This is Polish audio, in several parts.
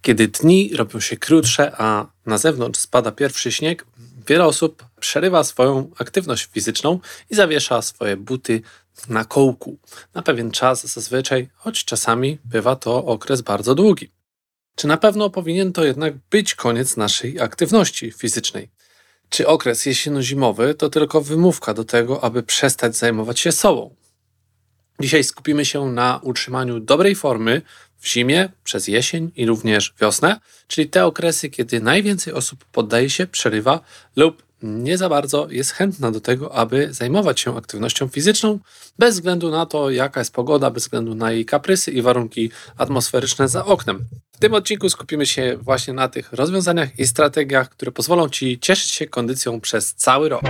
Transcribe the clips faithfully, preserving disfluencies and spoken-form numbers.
Kiedy dni robią się krótsze, a na zewnątrz spada pierwszy śnieg, wiele osób przerywa swoją aktywność fizyczną i zawiesza swoje buty na kołku na pewien czas zazwyczaj, choć czasami bywa to okres bardzo długi. Czy na pewno powinien to jednak być koniec naszej aktywności fizycznej? Czy okres jesienno-zimowy to tylko wymówka do tego, aby przestać zajmować się sobą? Dzisiaj skupimy się na utrzymaniu dobrej formy w zimie, przez jesień i również wiosnę, czyli te okresy, kiedy najwięcej osób poddaje się, przerywa lub nie za bardzo jest chętna do tego, aby zajmować się aktywnością fizyczną, bez względu na to, jaka jest pogoda, bez względu na jej kaprysy i warunki atmosferyczne za oknem. W tym odcinku skupimy się właśnie na tych rozwiązaniach i strategiach, które pozwolą Ci cieszyć się kondycją przez cały rok.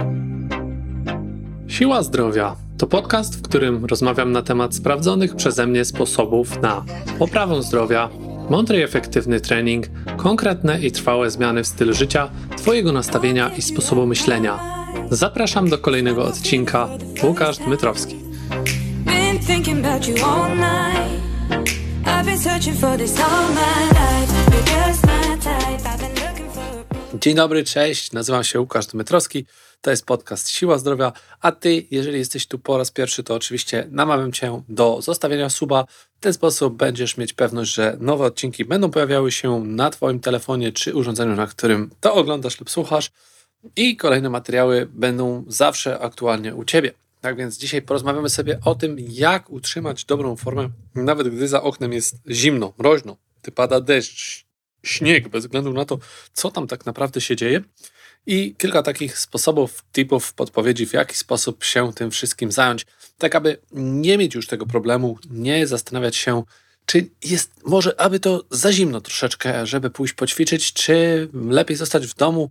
Siła Zdrowia to podcast, w którym rozmawiam na temat sprawdzonych przeze mnie sposobów na poprawę zdrowia, mądry i efektywny trening, konkretne i trwałe zmiany w stylu życia, Twojego nastawienia i sposobu myślenia. Zapraszam do kolejnego odcinka. Łukasz Dmytrowski. Dzień dobry, cześć, nazywam się Łukasz Dmytrowski, to jest podcast Siła Zdrowia, a Ty, jeżeli jesteś tu po raz pierwszy, to oczywiście namawiam Cię do zostawienia suba. W ten sposób będziesz mieć pewność, że nowe odcinki będą pojawiały się na Twoim telefonie czy urządzeniu, na którym to oglądasz lub słuchasz i kolejne materiały będą zawsze aktualnie u Ciebie. Tak więc dzisiaj porozmawiamy sobie o tym, jak utrzymać dobrą formę, nawet gdy za oknem jest zimno, mroźno, gdy pada deszcz, śnieg, bez względu na to, co tam tak naprawdę się dzieje. I kilka takich sposobów, tipów, podpowiedzi, w jaki sposób się tym wszystkim zająć, tak aby nie mieć już tego problemu, nie zastanawiać się, czy jest może, aby to za zimno troszeczkę, żeby pójść poćwiczyć, czy lepiej zostać w domu,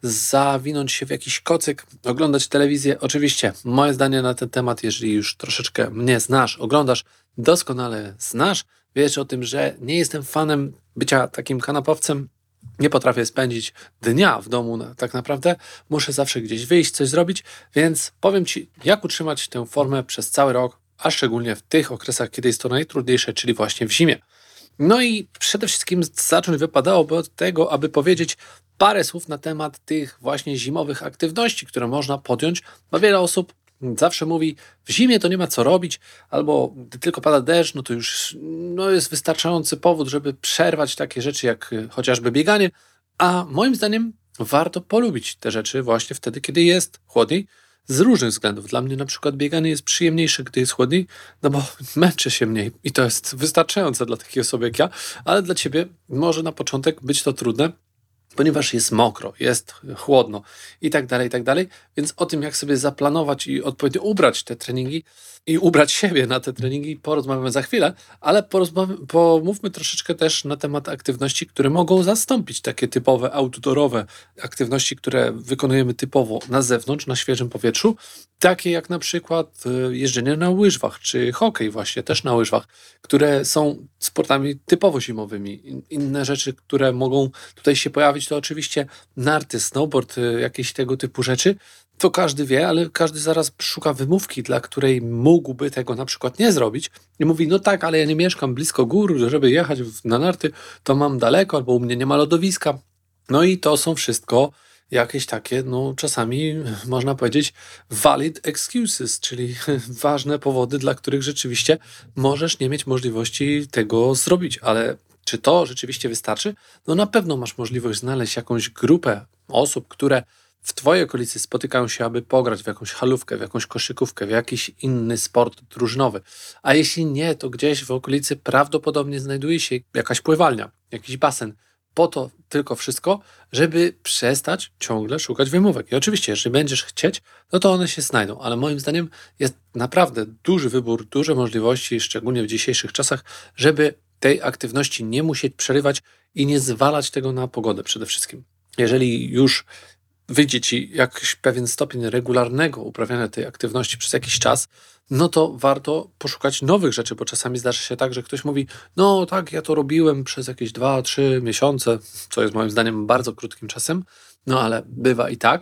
zawinąć się w jakiś kocyk, oglądać telewizję. Oczywiście moje zdanie na ten temat, jeżeli już troszeczkę mnie znasz, oglądasz, doskonale znasz, wiesz o tym, że nie jestem fanem bycia takim kanapowcem, nie potrafię spędzić dnia w domu tak naprawdę, muszę zawsze gdzieś wyjść, coś zrobić, więc powiem Ci, jak utrzymać tę formę przez cały rok, a szczególnie w tych okresach, kiedy jest to najtrudniejsze, czyli właśnie w zimie. No i przede wszystkim zacząć wypadałoby od tego, aby powiedzieć parę słów na temat tych właśnie zimowych aktywności, które można podjąć, bo wiele osób zawsze mówi, w zimie to nie ma co robić, albo gdy tylko pada deszcz, no to już no jest wystarczający powód, żeby przerwać takie rzeczy jak chociażby bieganie, a moim zdaniem warto polubić te rzeczy właśnie wtedy, kiedy jest chłodniej, z różnych względów. Dla mnie na przykład bieganie jest przyjemniejsze, gdy jest chłodniej, no bo męczę się mniej i to jest wystarczające dla takiej osoby jak ja, ale dla Ciebie może na początek być to trudne, ponieważ jest mokro, jest chłodno i tak dalej, i tak dalej. Więc o tym, jak sobie zaplanować i odpowiednio ubrać te treningi i ubrać siebie na te treningi, porozmawiamy za chwilę, ale porozmawiamy, pomówmy troszeczkę też na temat aktywności, które mogą zastąpić takie typowe outdoorowe aktywności, które wykonujemy typowo na zewnątrz, na świeżym powietrzu, takie jak na przykład jeżdżenie na łyżwach, czy hokej właśnie też na łyżwach, które są sportami typowo zimowymi. Inne rzeczy, które mogą tutaj się pojawić, to oczywiście narty, snowboard, jakieś tego typu rzeczy. To każdy wie, ale każdy zaraz szuka wymówki, dla której mógłby tego na przykład nie zrobić i mówi, no tak, ale ja nie mieszkam blisko gór, żeby jechać na narty, to mam daleko, albo u mnie nie ma lodowiska. No i to są wszystko jakieś takie, no czasami można powiedzieć valid excuses, czyli ważne powody, dla których rzeczywiście możesz nie mieć możliwości tego zrobić, ale czy to rzeczywiście wystarczy? No na pewno masz możliwość znaleźć jakąś grupę osób, które w Twojej okolicy spotykają się, aby pograć w jakąś halówkę, w jakąś koszykówkę, w jakiś inny sport drużynowy. A jeśli nie, to gdzieś w okolicy prawdopodobnie znajduje się jakaś pływalnia, jakiś basen. Po to tylko wszystko, żeby przestać ciągle szukać wymówek. I oczywiście, jeżeli będziesz chcieć, no to one się znajdą, ale moim zdaniem jest naprawdę duży wybór, duże możliwości, szczególnie w dzisiejszych czasach, żeby tej aktywności nie musieć przerywać i nie zwalać tego na pogodę przede wszystkim. Jeżeli już wyjdzie Ci jakiś pewien stopień regularnego uprawiania tej aktywności przez jakiś czas, no to warto poszukać nowych rzeczy, bo czasami zdarza się tak, że ktoś mówi, no tak, ja to robiłem przez jakieś dwa trzy miesiące, co jest moim zdaniem bardzo krótkim czasem, no ale bywa i tak.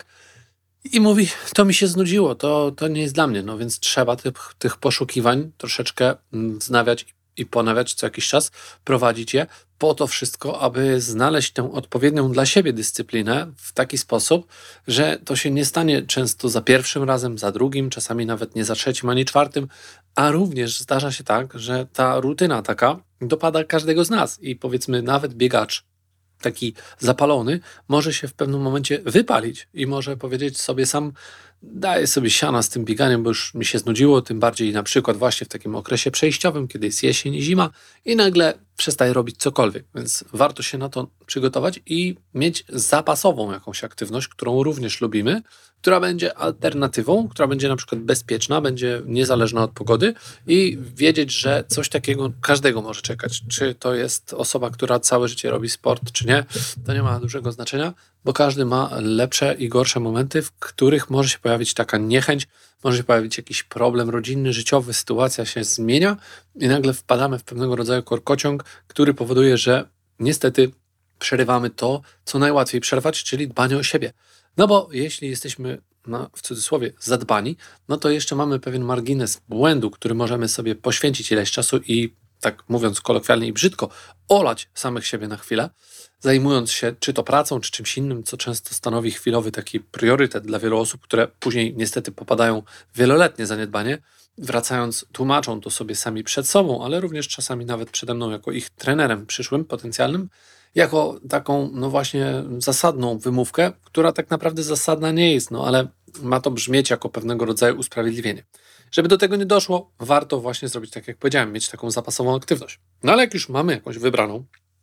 I mówi, to mi się znudziło, to, to nie jest dla mnie, no więc trzeba tych, tych poszukiwań troszeczkę wznawiać i ponawiać co jakiś czas, prowadzić je po to wszystko, aby znaleźć tę odpowiednią dla siebie dyscyplinę w taki sposób, że to się nie stanie często za pierwszym razem, za drugim, czasami nawet nie za trzecim ani czwartym, a również zdarza się tak, że ta rutyna taka dopada każdego z nas i powiedzmy nawet biegacz taki zapalony może się w pewnym momencie wypalić i może powiedzieć sobie sam, daję sobie siana z tym bieganiem, bo już mi się znudziło, tym bardziej na przykład właśnie w takim okresie przejściowym, kiedy jest jesień i zima i nagle przestaje robić cokolwiek, więc warto się na to przygotować i mieć zapasową jakąś aktywność, którą również lubimy, która będzie alternatywą, która będzie na przykład bezpieczna, będzie niezależna od pogody i wiedzieć, że coś takiego każdego może czekać. Czy to jest osoba, która całe życie robi sport, czy nie, to nie ma dużego znaczenia, bo każdy ma lepsze i gorsze momenty, w których może się pojawić taka niechęć, może się pojawić jakiś problem rodzinny, życiowy, sytuacja się zmienia i nagle wpadamy w pewnego rodzaju korkociąg, który powoduje, że niestety przerywamy to, co najłatwiej przerwać, czyli dbanie o siebie. No bo jeśli jesteśmy, no, w cudzysłowie, zadbani, no to jeszcze mamy pewien margines błędu, który możemy sobie poświęcić ileś czasu i, tak mówiąc kolokwialnie i brzydko, olać samych siebie na chwilę, zajmując się czy to pracą, czy czymś innym, co często stanowi chwilowy taki priorytet dla wielu osób, które później niestety popadają w wieloletnie zaniedbanie, wracając tłumaczą to sobie sami przed sobą, ale również czasami nawet przede mną jako ich trenerem przyszłym, potencjalnym, jako taką, no właśnie, zasadną wymówkę, która tak naprawdę zasadna nie jest, no ale ma to brzmieć jako pewnego rodzaju usprawiedliwienie. Żeby do tego nie doszło, warto właśnie zrobić tak, jak powiedziałem, mieć taką zapasową aktywność. No ale jak już mamy jakąś wybraną,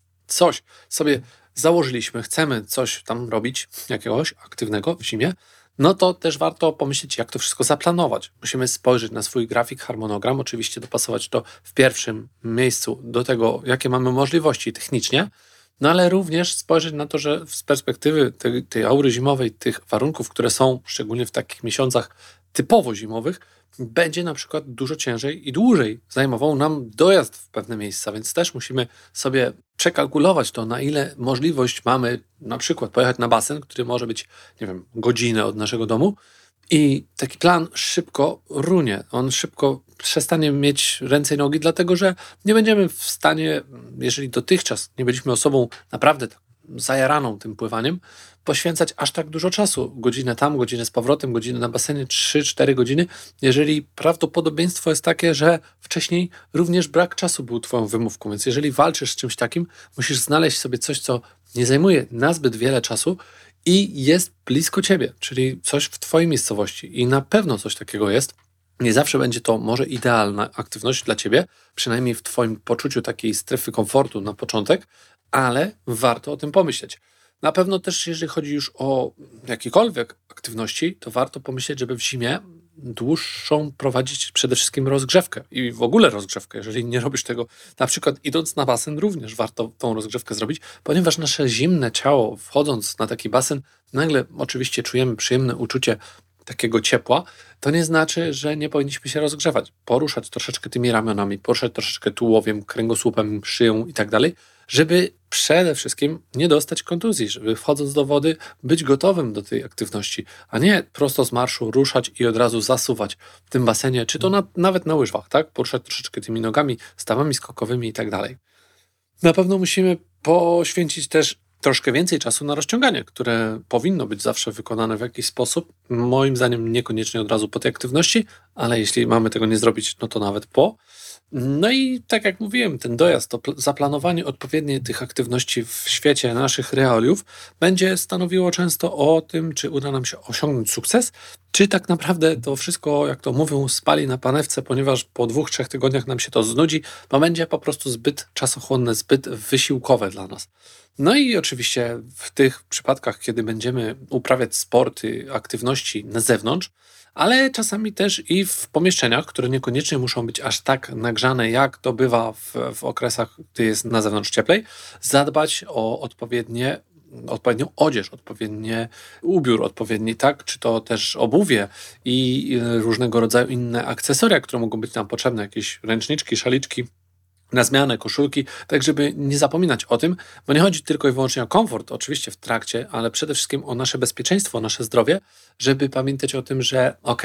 coś sobie założyliśmy, chcemy coś tam robić, jakiegoś aktywnego w zimie, no to też warto pomyśleć, jak to wszystko zaplanować. Musimy spojrzeć na swój grafik, harmonogram, oczywiście dopasować to w pierwszym miejscu do tego, jakie mamy możliwości technicznie, no ale również spojrzeć na to, że z perspektywy tej, tej aury zimowej, tych warunków, które są szczególnie w takich miesiącach typowo zimowych, będzie na przykład dużo ciężej i dłużej zajmował nam dojazd w pewne miejsca, więc też musimy sobie przekalkulować to, na ile możliwość mamy na przykład pojechać na basen, który może być, nie wiem, godzinę od naszego domu i taki plan szybko runie, on szybko przestanie mieć ręce i nogi, dlatego że nie będziemy w stanie, jeżeli dotychczas nie byliśmy osobą naprawdę zajaraną tym pływaniem, poświęcać aż tak dużo czasu. Godzinę tam, godzinę z powrotem, godzinę na basenie, trzy cztery godziny, jeżeli prawdopodobieństwo jest takie, że wcześniej również brak czasu był twoją wymówką. Więc jeżeli walczysz z czymś takim, musisz znaleźć sobie coś, co nie zajmuje nazbyt wiele czasu i jest blisko ciebie, czyli coś w twojej miejscowości. I na pewno coś takiego jest. Nie zawsze będzie to może idealna aktywność dla ciebie, przynajmniej w twoim poczuciu takiej strefy komfortu na początek, ale warto o tym pomyśleć. Na pewno też, jeżeli chodzi już o jakiekolwiek aktywności, to warto pomyśleć, żeby w zimie dłuższą prowadzić przede wszystkim rozgrzewkę i w ogóle rozgrzewkę. Jeżeli nie robisz tego, na przykład idąc na basen, również warto tą rozgrzewkę zrobić, ponieważ nasze zimne ciało, wchodząc na taki basen, nagle oczywiście czujemy przyjemne uczucie takiego ciepła, to nie znaczy, że nie powinniśmy się rozgrzewać. Poruszać troszeczkę tymi ramionami, poruszać troszeczkę tułowiem, kręgosłupem, szyją i tak dalej, żeby przede wszystkim nie dostać kontuzji, żeby wchodząc do wody być gotowym do tej aktywności, a nie prosto z marszu ruszać i od razu zasuwać w tym basenie, czy to na, nawet na łyżwach, tak? Poruszać troszeczkę tymi nogami, stawami skokowymi i tak dalej. Na pewno musimy poświęcić też troszkę więcej czasu na rozciąganie, które powinno być zawsze wykonane w jakiś sposób. Moim zdaniem niekoniecznie od razu po tej aktywności, ale jeśli mamy tego nie zrobić, no to nawet po. No i tak jak mówiłem, ten dojazd, to zaplanowanie odpowiednie tych aktywności w świecie naszych realiów będzie stanowiło często o tym, czy uda nam się osiągnąć sukces, czy tak naprawdę to wszystko, jak to mówią, spali na panewce, ponieważ po dwóch, trzech tygodniach nam się to znudzi, bo będzie po prostu zbyt czasochłonne, zbyt wysiłkowe dla nas. No i oczywiście w tych przypadkach, kiedy będziemy uprawiać sporty, aktywności na zewnątrz, ale czasami też i w pomieszczeniach, które niekoniecznie muszą być aż tak nagrzane, jak to bywa w, w okresach, gdy jest na zewnątrz cieplej, zadbać o odpowiednie, odpowiednią odzież, odpowiednie ubiór, odpowiedni, tak, czy to też obuwie i różnego rodzaju inne akcesoria, które mogą być nam potrzebne, jakieś ręczniczki, szaliczki, na zmianę, koszulki, tak żeby nie zapominać o tym, bo nie chodzi tylko i wyłącznie o komfort, oczywiście w trakcie, ale przede wszystkim o nasze bezpieczeństwo, o nasze zdrowie, żeby pamiętać o tym, że okej, okay,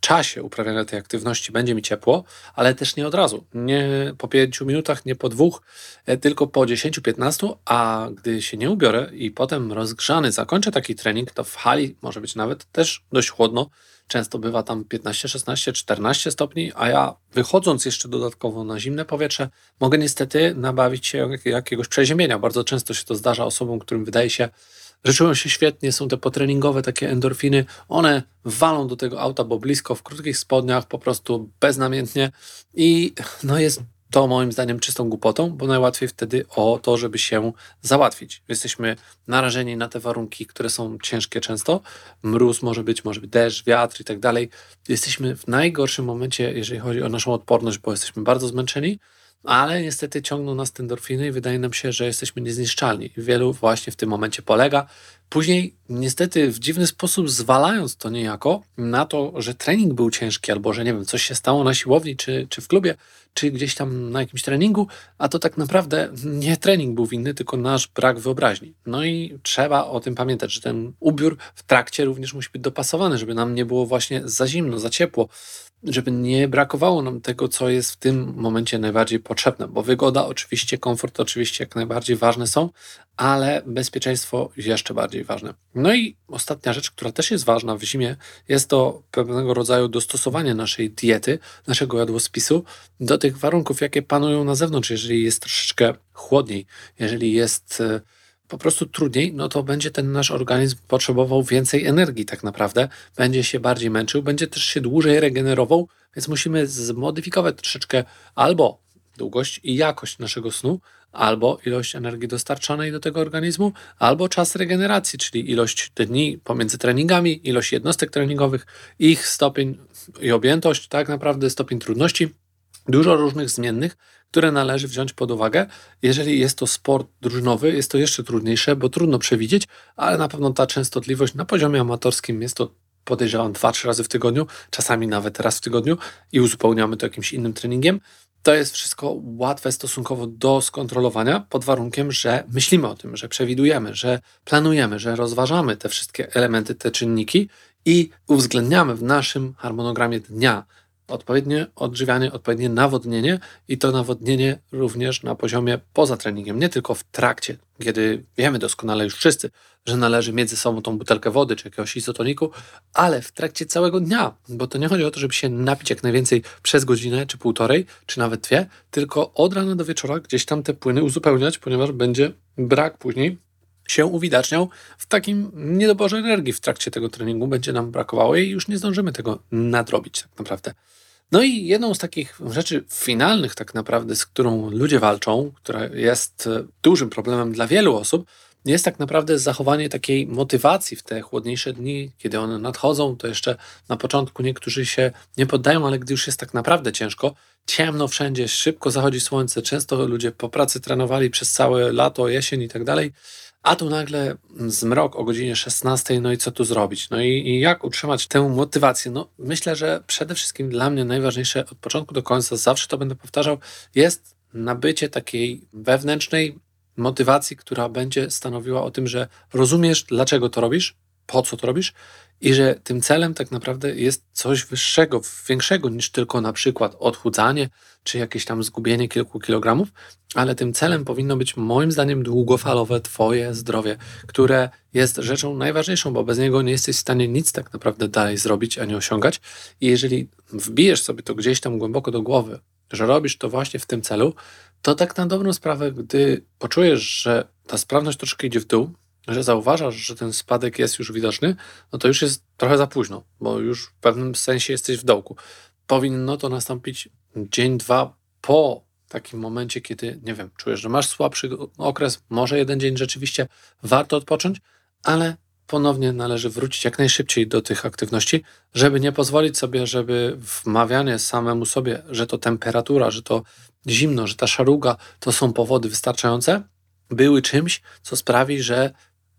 czasie uprawiania tej aktywności będzie mi ciepło, ale też nie od razu. Nie po pięciu minutach, nie po dwóch, e, tylko po dziesięciu, piętnastu, a gdy się nie ubiorę i potem rozgrzany zakończę taki trening, to w hali może być nawet też dość chłodno. Często bywa tam piętnaście, szesnaście, czternaście stopni, a ja wychodząc jeszcze dodatkowo na zimne powietrze, mogę niestety nabawić się jak- jakiegoś przeziębienia. Bardzo często się to zdarza osobom, którym wydaje się, że czują się świetnie, są te potreningowe takie endorfiny, one walą do tego auta, bo blisko, w krótkich spodniach, po prostu beznamiętnie i no jest to moim zdaniem czystą głupotą, bo najłatwiej wtedy o to, żeby się załatwić. Jesteśmy narażeni na te warunki, które są ciężkie często. Mróz może być, może być deszcz, wiatr i tak dalej. Jesteśmy w najgorszym momencie, jeżeli chodzi o naszą odporność, bo jesteśmy bardzo zmęczeni, ale niestety ciągną nas te endorfiny i wydaje nam się, że jesteśmy niezniszczalni. Wielu właśnie w tym momencie polega. Później niestety w dziwny sposób zwalając to niejako na to, że trening był ciężki albo że nie wiem, coś się stało na siłowni czy, czy w klubie, czy gdzieś tam na jakimś treningu, a to tak naprawdę nie trening był winny, tylko nasz brak wyobraźni. No i trzeba o tym pamiętać, że ten ubiór w trakcie również musi być dopasowany, żeby nam nie było właśnie za zimno, za ciepło, żeby nie brakowało nam tego, co jest w tym momencie najbardziej potrzebne, bo wygoda oczywiście, komfort oczywiście jak najbardziej ważne są, ale bezpieczeństwo jeszcze bardziej ważne. No i ostatnia rzecz, która też jest ważna w zimie, jest to pewnego rodzaju dostosowanie naszej diety, naszego jadłospisu do tych warunków, jakie panują na zewnątrz. Jeżeli jest troszeczkę chłodniej, jeżeli jest e, po prostu trudniej, no to będzie ten nasz organizm potrzebował więcej energii tak naprawdę, będzie się bardziej męczył, będzie też się dłużej regenerował, więc musimy zmodyfikować troszeczkę albo długość i jakość naszego snu, albo ilość energii dostarczanej do tego organizmu, albo czas regeneracji, czyli ilość dni pomiędzy treningami, ilość jednostek treningowych, ich stopień i objętość, tak naprawdę stopień trudności. Dużo różnych zmiennych, które należy wziąć pod uwagę. Jeżeli jest to sport drużynowy, jest to jeszcze trudniejsze, bo trudno przewidzieć, ale na pewno ta częstotliwość na poziomie amatorskim jest to, podejrzewam, dwa trzy razy w tygodniu, czasami nawet raz w tygodniu i uzupełniamy to jakimś innym treningiem. To jest wszystko łatwe stosunkowo do skontrolowania pod warunkiem, że myślimy o tym, że przewidujemy, że planujemy, że rozważamy te wszystkie elementy, te czynniki i uwzględniamy w naszym harmonogramie dnia odpowiednie odżywianie, odpowiednie nawodnienie i to nawodnienie również na poziomie poza treningiem, nie tylko w trakcie, kiedy wiemy doskonale już wszyscy, że należy mieć ze sobą tą butelkę wody czy jakiegoś izotoniku, ale w trakcie całego dnia, bo to nie chodzi o to, żeby się napić jak najwięcej przez godzinę czy półtorej, czy nawet dwie, tylko od rana do wieczora gdzieś tam te płyny uzupełniać, ponieważ będzie brak później się uwidaczniał w takim niedoborze energii w trakcie tego treningu, będzie nam brakowało i już nie zdążymy tego nadrobić tak naprawdę. No i jedną z takich rzeczy finalnych tak naprawdę, z którą ludzie walczą, która jest e, dużym problemem dla wielu osób, jest tak naprawdę zachowanie takiej motywacji w te chłodniejsze dni, kiedy one nadchodzą, to jeszcze na początku niektórzy się nie poddają, ale gdy już jest tak naprawdę ciężko, ciemno wszędzie, szybko zachodzi słońce, często ludzie po pracy trenowali przez całe lato, jesień i tak dalej, a tu nagle zmrok o godzinie szesnastej, no i co tu zrobić? No i, i jak utrzymać tę motywację? No myślę, że przede wszystkim dla mnie najważniejsze od początku do końca, zawsze to będę powtarzał, jest nabycie takiej wewnętrznej motywacji, która będzie stanowiła o tym, że rozumiesz, dlaczego to robisz, po co to robisz i że tym celem tak naprawdę jest coś wyższego, większego niż tylko na przykład odchudzanie czy jakieś tam zgubienie kilku kilogramów, ale tym celem powinno być moim zdaniem długofalowe Twoje zdrowie, które jest rzeczą najważniejszą, bo bez niego nie jesteś w stanie nic tak naprawdę dalej zrobić, ani osiągać. I jeżeli wbijesz sobie to gdzieś tam głęboko do głowy, że robisz to właśnie w tym celu, to tak na dobrą sprawę, gdy poczujesz, że ta sprawność troszkę idzie w dół, że zauważasz, że ten spadek jest już widoczny, no to już jest trochę za późno, bo już w pewnym sensie jesteś w dołku. Powinno to nastąpić dzień, dwa po takim momencie, kiedy, nie wiem, czujesz, że masz słabszy okres, może jeden dzień rzeczywiście warto odpocząć, ale ponownie należy wrócić jak najszybciej do tych aktywności, żeby nie pozwolić sobie, żeby wmawianie samemu sobie, że to temperatura, że to zimno, że ta szaruga to są powody wystarczające, były czymś, co sprawi, że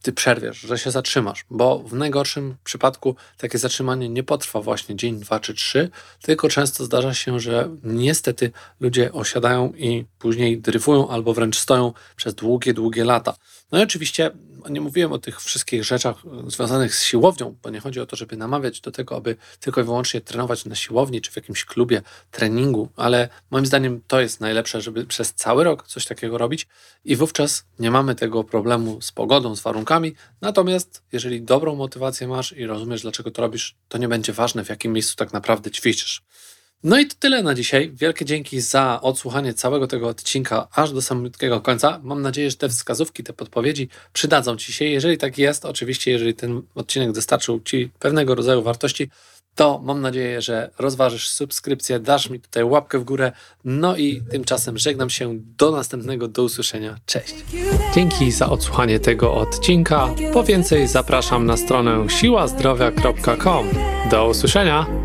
ty przerwiesz, że się zatrzymasz, bo w najgorszym przypadku takie zatrzymanie nie potrwa właśnie dzień, dwa czy trzy, tylko często zdarza się, że niestety ludzie osiadają i później dryfują albo wręcz stoją przez długie, długie lata. No i oczywiście nie mówiłem o tych wszystkich rzeczach związanych z siłownią, bo nie chodzi o to, żeby namawiać do tego, aby tylko i wyłącznie trenować na siłowni czy w jakimś klubie treningu, ale moim zdaniem to jest najlepsze, żeby przez cały rok coś takiego robić i wówczas nie mamy tego problemu z pogodą, z warunkami, natomiast jeżeli dobrą motywację masz i rozumiesz, dlaczego to robisz, to nie będzie ważne, w jakim miejscu tak naprawdę ćwiczysz. No i to tyle na dzisiaj. Wielkie dzięki za odsłuchanie całego tego odcinka aż do samego końca. Mam nadzieję, że te wskazówki, te podpowiedzi przydadzą Ci się. Jeżeli tak jest, oczywiście, jeżeli ten odcinek dostarczył Ci pewnego rodzaju wartości, to mam nadzieję, że rozważysz subskrypcję, dasz mi tutaj łapkę w górę. No i tymczasem żegnam się do następnego, do usłyszenia. Cześć. Dzięki za odsłuchanie tego odcinka. Po więcej zapraszam na stronę siła zdrowia kropka com. Do usłyszenia.